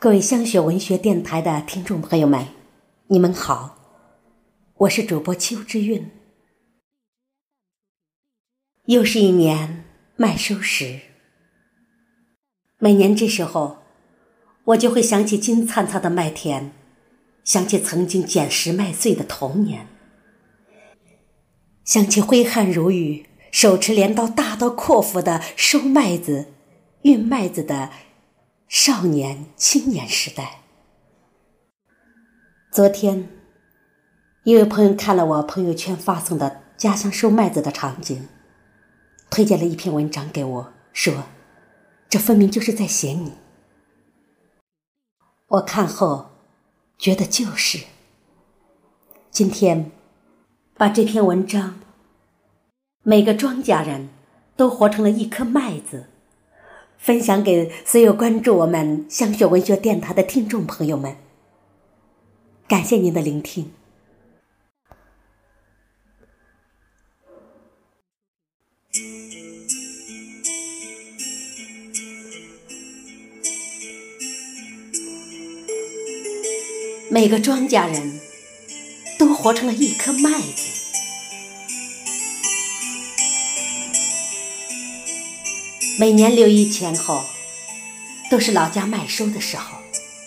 各位香雪文学电台的听众朋友们，你们好，我是主播邱之韵。又是一年麦收时，每年这时候，我就会想起金灿灿的麦田，想起曾经捡拾麦穗的童年，想起挥汗如雨，手持镰刀大刀阔斧的收麦子、运麦子的少年青年时代。昨天，一位朋友看了我朋友圈发送的家乡收麦子的场景，推荐了一篇文章给我，说这分明就是在写你。我看后觉得就是。今天把这篇文章，每个庄稼人都活成了一颗麦子，分享给所有关注我们香雪文学电台的听众朋友们。感谢您的聆听。每个庄稼人都活成了一颗麦子，每年6月前后都是老家麦收的时候，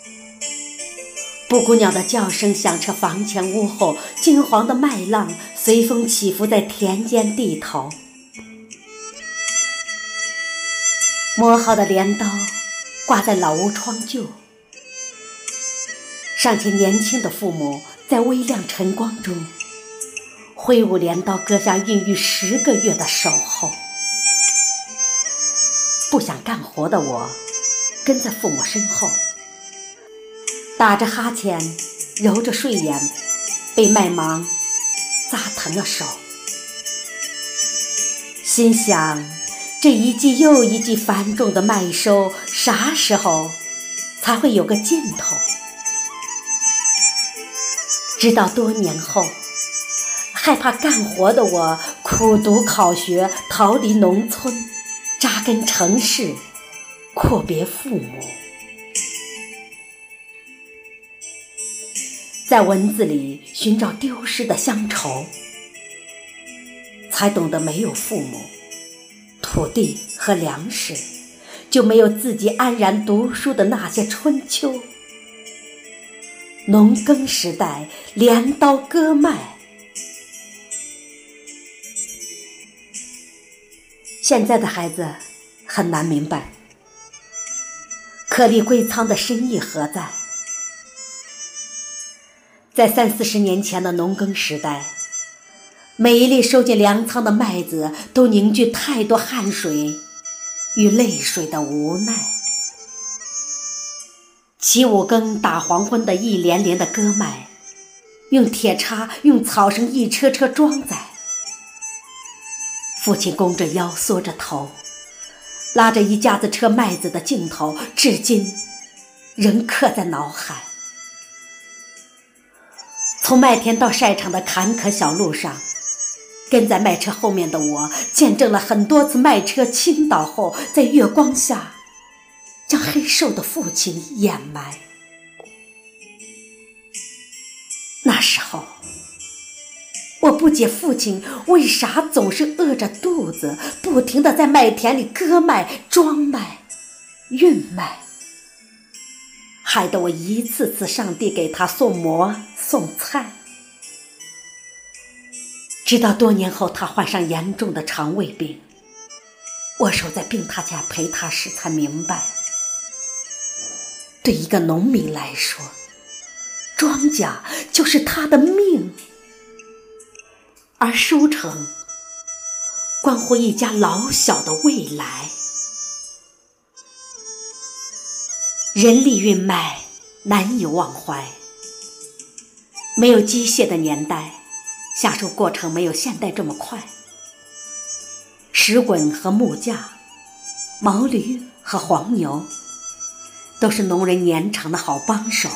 布谷鸟的叫声响彻房前屋后，金黄的麦浪随风起伏在田间地头，磨好的镰刀挂在老屋窗旧，尚且年轻的父母在微亮晨光中挥舞镰刀，割下孕育10个月的守候。不想干活的我跟在父母身后，打着哈欠，揉着睡眼，被麦芒扎疼了手，心想这一季又一季繁重的麦收，啥时候才会有个尽头？直到多年后，害怕干活的我苦读考学，逃离农村，扎根城市，阔别父母。在文字里寻找丢失的乡愁，才懂得没有父母、土地和粮食，就没有自己安然读书的那些春秋。农耕时代，镰刀割麦。现在的孩子很难明白颗粒归仓的深意何在。在30-40年前的农耕时代，每一粒收进粮仓的麦子都凝聚太多汗水与泪水的无奈。起5更打黄昏的一连连的割麦，用铁叉用草绳一车车装载，父亲弓着腰缩着头，拉着一架子车麦子的镜头，至今仍刻在脑海。从麦田到晒场的坎坷小路上，跟在麦车后面的我，见证了很多次麦车倾倒后，在月光下将黑瘦的父亲掩埋。那时候，我不解父亲为啥总是饿着肚子，不停地在麦田里割麦、装麦、运麦，害得我一次次上地给他送馍送菜。直到多年后他患上严重的肠胃病，我守在病榻下陪他时才明白，对一个农民来说，庄稼就是他的命，而收成关乎一家老小的未来。人力运麦难以忘怀，没有机械的年代，下手过程没有现代这么快。石滚和木架，毛驴和黄牛，都是农人年长的好帮手。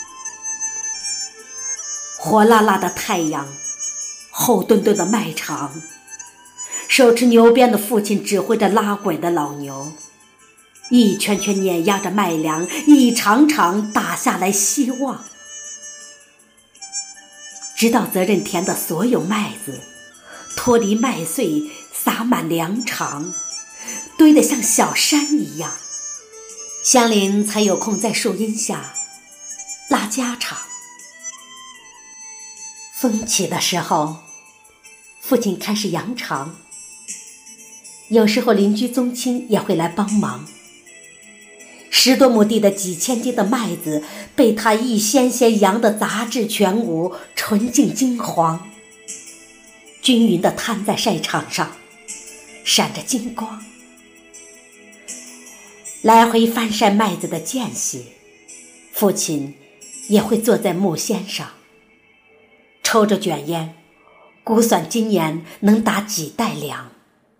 火辣辣的太阳，厚墩墩的麦场，手持牛鞭的父亲指挥着拉拐的老牛， 一圈圈碾压着麦粮，一场场打下来希望，直到责任田的所有麦子脱离麦穗，洒满粮场，堆得像小山一样，香菱才有空在树荫下拉家常。风起的时候，父亲开始扬场，有时候邻居宗亲也会来帮忙。10多亩地的几千斤的麦子被他一掀掀扬得杂质全无，纯净金黄，均匀地摊在晒场上，闪着金光。来回翻晒麦子的间隙，父亲也会坐在木锨上，抽着卷烟，估算今年能打几袋粮。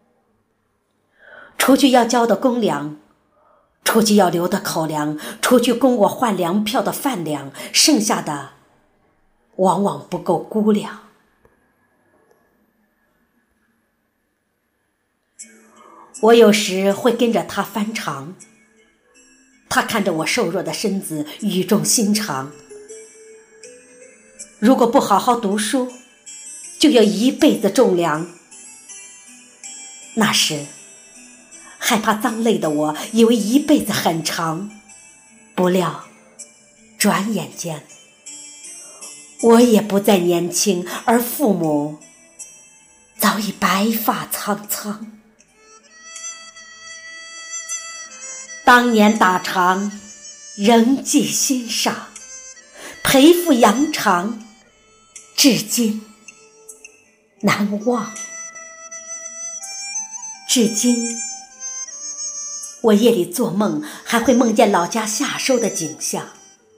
除去要交的公粮，除去要留的口粮，除去供我换粮票的饭粮，剩下的往往不够估量。我有时会跟着他翻场，他看着我瘦弱的身子，语重心长。如果不好好读书，就要一辈子种粮。那时害怕脏累的我，以为一辈子很长，不料转眼间我也不再年轻，而父母早已白发苍苍。当年打场仍记心上，陪父扬场至今难忘。至今我夜里做梦还会梦见老家夏收的景象，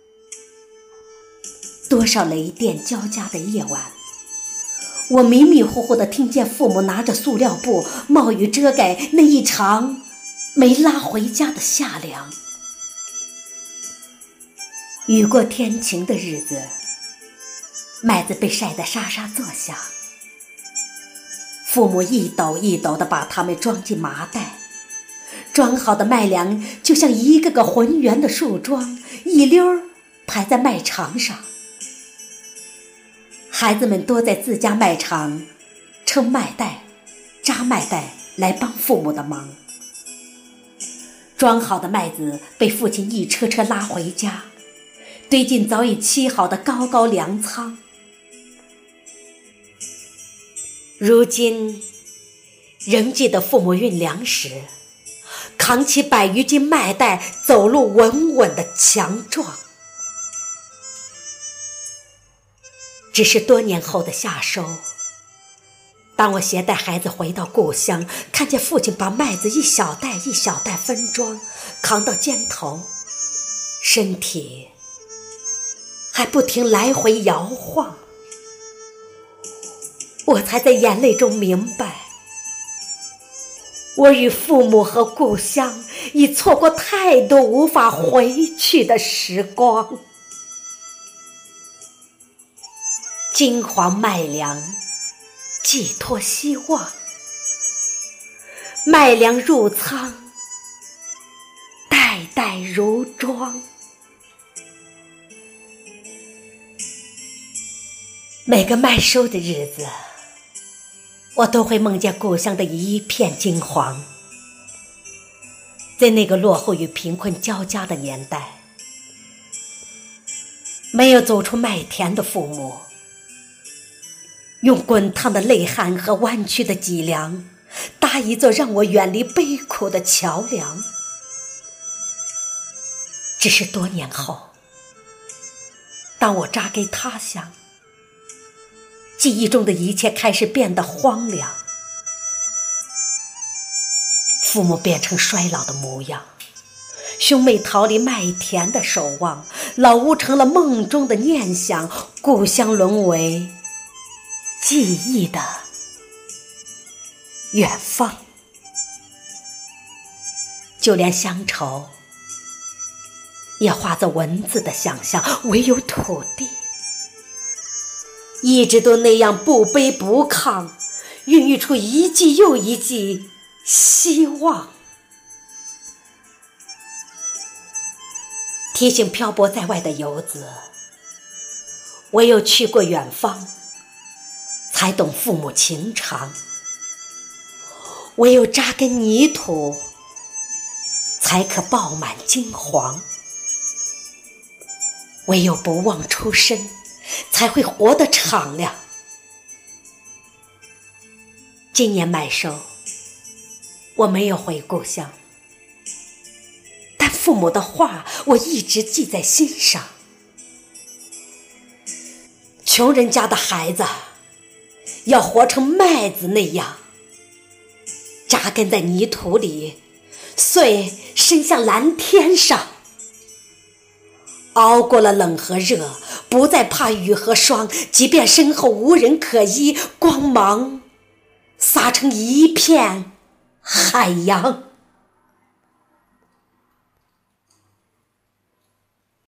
多少雷电交加的夜晚，我迷迷糊糊地听见父母拿着塑料布冒雨遮盖那一场没拉回家的夏粮。雨过天晴的日子，麦子被晒得沙沙作响，父母一斗一斗地把它们装进麻袋，装好的麦粮就像一个个浑圆的树桩，一溜儿排在麦场上。孩子们多在自家麦场称麦袋、扎麦袋来帮父母的忙。装好的麦子被父亲一车车拉回家，堆进早已砌好的高高粮仓。如今仍记得父母运粮时，扛起100余斤麦袋，走路稳稳的强壮。只是多年后的夏收，当我携带孩子回到故乡，看见父亲把麦子一小袋一小袋分装，扛到肩头，身体还不停来回摇晃，我才在眼泪中明白，我与父母和故乡已错过太多无法回去的时光。金黄麦粮寄托希望，麦粮入仓，代代如庄。每个麦收的日子，我都会梦见故乡的一片金黄。在那个落后与贫困交加的年代，没有走出麦田的父母，用滚烫的泪汗和弯曲的脊梁搭一座让我远离悲苦的桥梁。只是多年后，当我扎根他乡，记忆中的一切开始变得荒凉。父母变成衰老的模样，兄妹逃离麦田的守望，老屋成了梦中的念想，故乡沦为记忆的远方。就连乡愁也化作文字的想象，唯有土地一直都那样不卑不亢，孕育出一季又一季希望。 提醒漂泊在外的游子，唯有去过远方，才懂父母情长；唯有扎根泥土，才可饱满金黄；唯有不忘初身，才会活得敞亮。今年麦收，我没有回故乡，但父母的话我一直记在心上。穷人家的孩子要活成麦子那样，扎根在泥土里，穗伸向蓝天上，熬过了冷和热，不再怕雨和霜，即便身后无人可依，光芒洒成一片海洋。